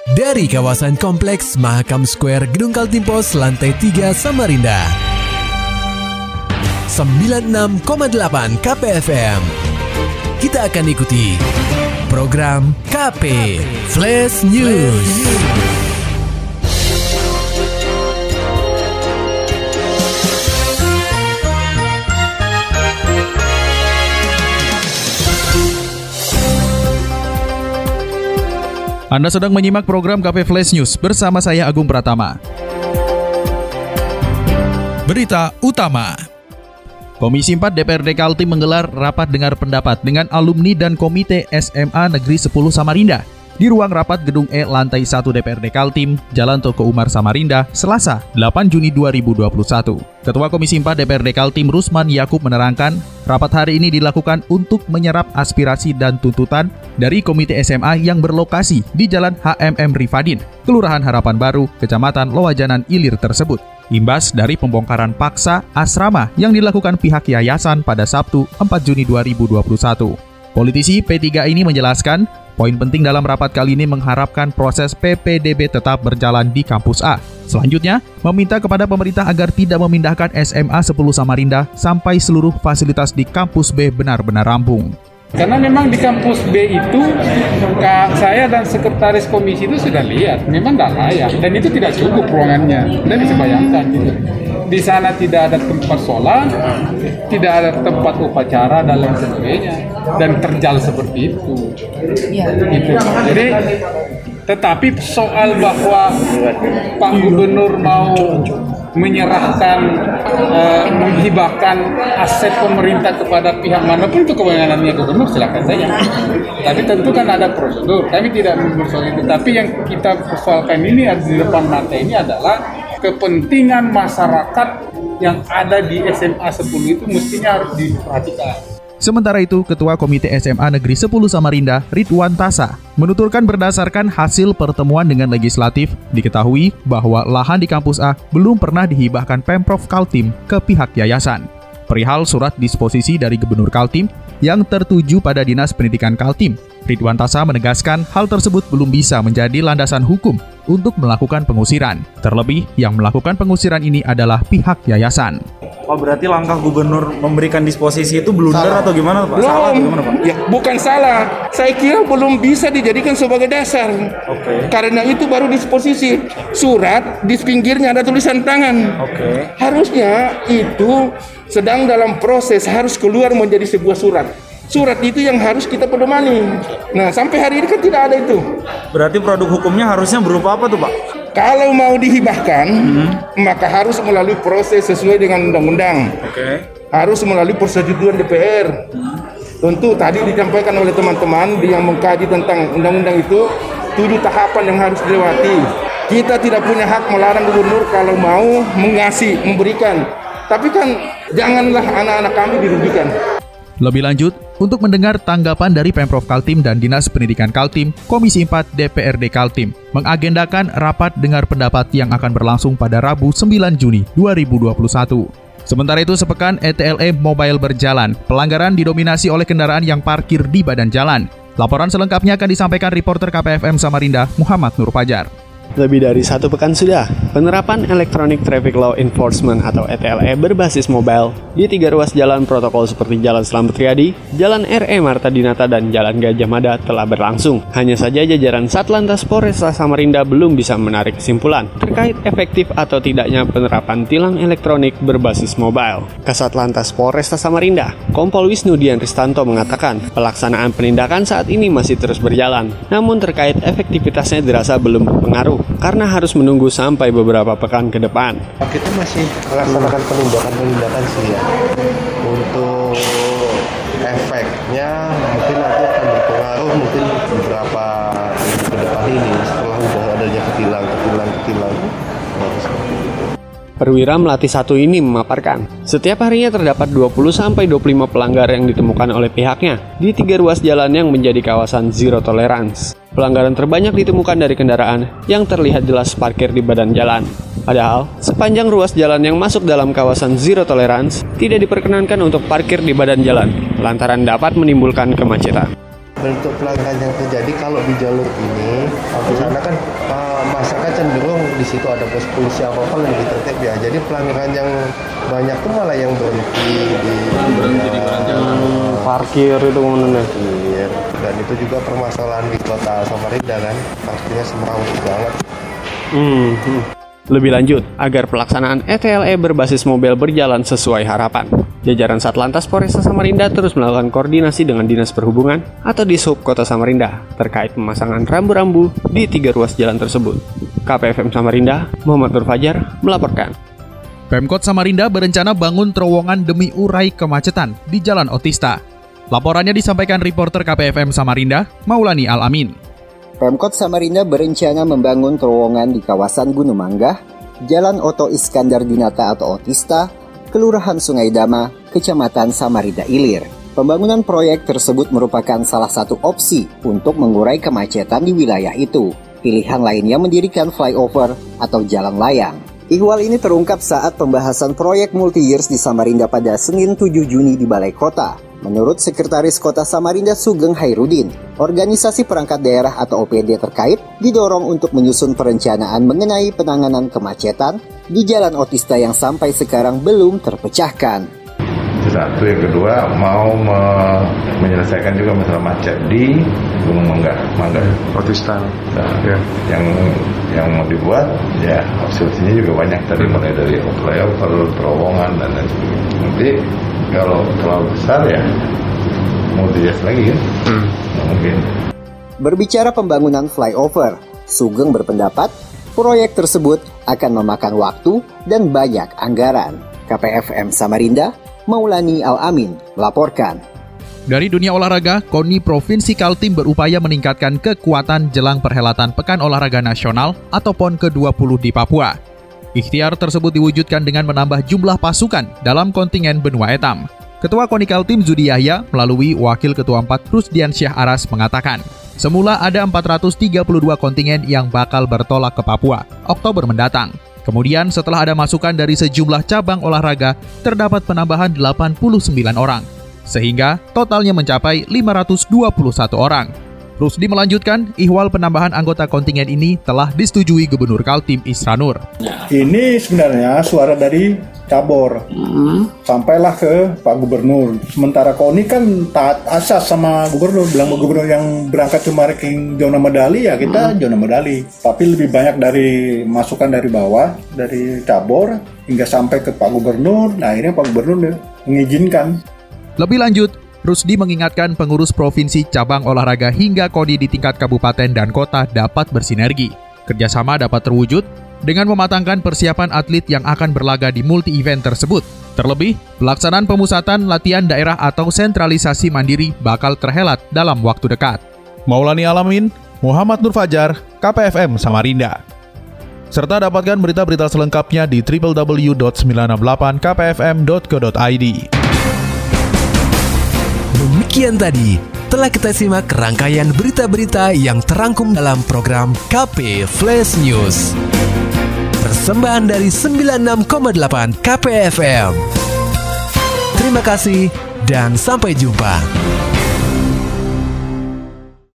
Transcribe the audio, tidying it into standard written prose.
Dari kawasan Kompleks Mahakam Square Gedung Kaltim Pos Lantai 3 Samarinda. 96,8 KPFM. Kita akan ikuti program KP Flash News. Anda sedang menyimak program KP Flash News bersama saya Agung Pratama. Berita utama. Komisi 4 DPRD Kaltim menggelar rapat dengar pendapat dengan alumni dan komite SMA Negeri 10 Samarinda di ruang rapat Gedung E Lantai 1 DPRD Kaltim, Jalan Toko Umar Samarinda, Selasa, 8 Juni 2021. Ketua Komisi 4 DPRD Kaltim Rusman Yakub menerangkan, rapat hari ini dilakukan untuk menyerap aspirasi dan tuntutan dari komite SMA yang berlokasi di Jalan HMM Rifadin, Kelurahan Harapan Baru, Kecamatan Loajanan Ilir tersebut. Imbas dari pembongkaran paksa asrama yang dilakukan pihak yayasan pada Sabtu 4 Juni 2021. Politisi P3 ini menjelaskan, poin penting dalam rapat kali ini mengharapkan proses PPDB tetap berjalan di kampus A. Selanjutnya, meminta kepada pemerintah agar tidak memindahkan SMA 10 Samarinda sampai seluruh fasilitas di kampus B benar-benar rampung. Karena memang di kampus B itu, saya dan sekretaris komisi itu sudah lihat, memang tidak layak. Dan itu tidak cukup ruangannya. Dan bisa bayangkan gitu. Di sana tidak ada tempat sholat, tidak ada tempat upacara dan lain sebagainya. Dan terjal seperti itu. Ya. Gitu. Jadi, tetapi soal bahwa Pak Gubernur mau menyerahkan, menghibahkan aset pemerintah kepada pihak manapun, itu kewenangannya gubernur, silakan saja. Tapi tentu kan ada prosedur. Kami tidak mempersoalkan itu. Tapi yang kita persoalkan ini di depan mata ini adalah kepentingan masyarakat yang ada di SMA 10 itu mestinya harus diperhatikan. Sementara itu, Ketua Komite SMA Negeri 10 Samarinda, Ridwan Tasa, menuturkan berdasarkan hasil pertemuan dengan legislatif, diketahui bahwa lahan di kampus A belum pernah dihibahkan Pemprov Kaltim ke pihak yayasan. Perihal surat disposisi dari Gubernur Kaltim yang tertuju pada Dinas Pendidikan Kaltim, Ridwan Tasa menegaskan hal tersebut belum bisa menjadi landasan hukum untuk melakukan pengusiran. Terlebih, yang melakukan pengusiran ini adalah pihak yayasan. Oh, berarti langkah gubernur memberikan disposisi itu blunder atau gimana, Pak? Belum. Salah atau gimana, Pak? Ya, bukan salah. Saya kira belum bisa dijadikan sebagai dasar. Oke. Karena itu baru disposisi. Surat di pinggirnya ada tulisan tangan. Oke. Harusnya itu sedang dalam proses, harus keluar menjadi sebuah surat. Surat itu yang harus kita pedomani. Nah, sampai hari ini kan tidak ada itu. Berarti produk hukumnya harusnya berupa apa tuh, Pak? Kalau mau dihibahkan, maka harus melalui proses sesuai dengan undang-undang. Oke. Harus melalui persetujuan DPR. Tentu tadi disampaikan oleh teman-teman yang mengkaji tentang undang-undang itu 7 tahapan yang harus dilewati. Kita tidak punya hak melarang gubernur kalau mau memberikan. Tapi kan janganlah anak-anak kami dirugikan. Lebih lanjut, untuk mendengar tanggapan dari Pemprov Kaltim dan Dinas Pendidikan Kaltim, Komisi 4 DPRD Kaltim mengagendakan rapat dengar pendapat yang akan berlangsung pada Rabu 9 Juni 2021. Sementara itu, sepekan ETLE Mobile berjalan, pelanggaran didominasi oleh kendaraan yang parkir di badan jalan. Laporan selengkapnya akan disampaikan reporter KPFM Samarinda, Muhammad Nur Fajar. Lebih dari 1 pekan sudah, penerapan Electronic Traffic Law Enforcement atau ETLE berbasis mobile di 3 ruas jalan protokol seperti Jalan Slamet Riyadi, Jalan R.E. Marta Dinata, dan Jalan Gajah Mada telah berlangsung. Hanya saja jajaran Satlantas Polresta Samarinda belum bisa menarik kesimpulan terkait efektif atau tidaknya penerapan tilang elektronik berbasis mobile. Kasatlantas Polresta Samarinda, Kompol Wisnudian Ristanto mengatakan, pelaksanaan penindakan saat ini masih terus berjalan, namun terkait efektivitasnya dirasa belum berpengaruh karena harus menunggu sampai beberapa pekan ke depan. Kita masih melaksanakan penindakan sih ya. Untuk efeknya mungkin nanti akan berpengaruh mungkin beberapa minggu ke depan ini setelah sudah adanya ketilang. Perwira Melati 1 ini memaparkan, setiap harinya terdapat 20-25 pelanggar yang ditemukan oleh pihaknya di 3 ruas jalan yang menjadi kawasan zero tolerance. Pelanggaran terbanyak ditemukan dari kendaraan yang terlihat jelas parkir di badan jalan. Padahal, sepanjang ruas jalan yang masuk dalam kawasan zero tolerance tidak diperkenankan untuk parkir di badan jalan, lantaran dapat menimbulkan kemacetan. Bentuk pelanggaran yang terjadi kalau di jalur ini, di sana kan di situ ada pos polisi apa lebih tertib ya. Jadi pelanggaran yang banyak tuh malah yang berhenti di parkir itu mana? Iya. Dan itu juga permasalahan di kota Samarinda kan, parkirnya semrawut banget. Lebih lanjut, agar pelaksanaan ETLE berbasis mobil berjalan sesuai harapan, jajaran Satlantas Polresta Samarinda terus melakukan koordinasi dengan Dinas Perhubungan atau Dishub Kota Samarinda terkait pemasangan rambu-rambu di 3 ruas jalan tersebut. KPFM Samarinda, Muhammad Nur Fajar melaporkan. Pemkot Samarinda berencana bangun terowongan demi urai kemacetan di Jalan Otista. Laporannya disampaikan reporter KPFM Samarinda, Maulani Al-Amin. Pemkot Samarinda berencana membangun terowongan di kawasan Gunung Manggah, Jalan Oto Iskandar Dinata atau Otista, Kelurahan Sungai Dama, Kecamatan Samarinda Ilir. Pembangunan proyek tersebut merupakan salah satu opsi untuk mengurai kemacetan di wilayah itu. Pilihan lainnya mendirikan flyover atau jalan layang. Ihwal ini terungkap saat pembahasan proyek multi-years di Samarinda pada Senin 7 Juni di Balai Kota. Menurut Sekretaris Kota Samarinda Sugeng Hairudin, organisasi perangkat daerah atau OPD terkait didorong untuk menyusun perencanaan mengenai penanganan kemacetan di Jalan Otista yang sampai sekarang belum terpecahkan. Satu, yang kedua mau menyelesaikan juga masalah macet di Gunung Manggah Otista. Yang mau dibuat ya opsinya juga banyak tadi, mulai dari flyover, terowongan dan lain sebagainya. Nanti kalau terlalu besar ya mau dilihat lagi kan? Mungkin. Berbicara pembangunan flyover, Sugeng berpendapat proyek tersebut akan memakan waktu dan banyak anggaran. KPFM Samarinda, Maulani Al-Amin melaporkan. Dari dunia olahraga, KONI Provinsi Kaltim berupaya meningkatkan kekuatan jelang perhelatan Pekan Olahraga Nasional atau PON ke-20 di Papua. Ikhtiar tersebut diwujudkan dengan menambah jumlah pasukan dalam kontingen benua etam. Ketua KONI Kaltim Zudi Yahya melalui Wakil Ketua 4 Rusdian Syah Aras mengatakan, semula ada 432 kontingen yang bakal bertolak ke Papua Oktober mendatang. Kemudian setelah ada masukan dari sejumlah cabang olahraga, terdapat penambahan 89 orang, sehingga totalnya mencapai 521 orang. Rusdi melanjutkan, ihwal penambahan anggota kontingen ini telah disetujui Gubernur Kaltim Isra Nur. Ini sebenarnya suara dari cabur, sampailah ke Pak Gubernur. Sementara KONI kan taat asas sama Gubernur, bilang Gubernur yang berangkat cuma ranking zona medali ya kita zona medali. Tapi lebih banyak dari masukan dari bawah, dari cabur hingga sampai ke Pak Gubernur. Nah akhirnya Pak Gubernur mengizinkan. Lebih lanjut, Rusdi mengingatkan pengurus provinsi, cabang olahraga hingga KONI di tingkat kabupaten dan kota dapat bersinergi. Kerjasama dapat terwujud dengan mematangkan persiapan atlet yang akan berlaga di multi-event tersebut. Terlebih, pelaksanaan pemusatan latihan daerah atau sentralisasi mandiri bakal terhelat dalam waktu dekat. Maulani Alamin, Muhammad Nur Fajar, KPFM Samarinda. Serta dapatkan berita-berita selengkapnya di www.968kpfm.co.id. Demikian tadi telah kita simak rangkaian berita-berita yang terangkum dalam program KP Flash News. Persembahan dari 96,8 KPFM. Terima kasih dan sampai jumpa.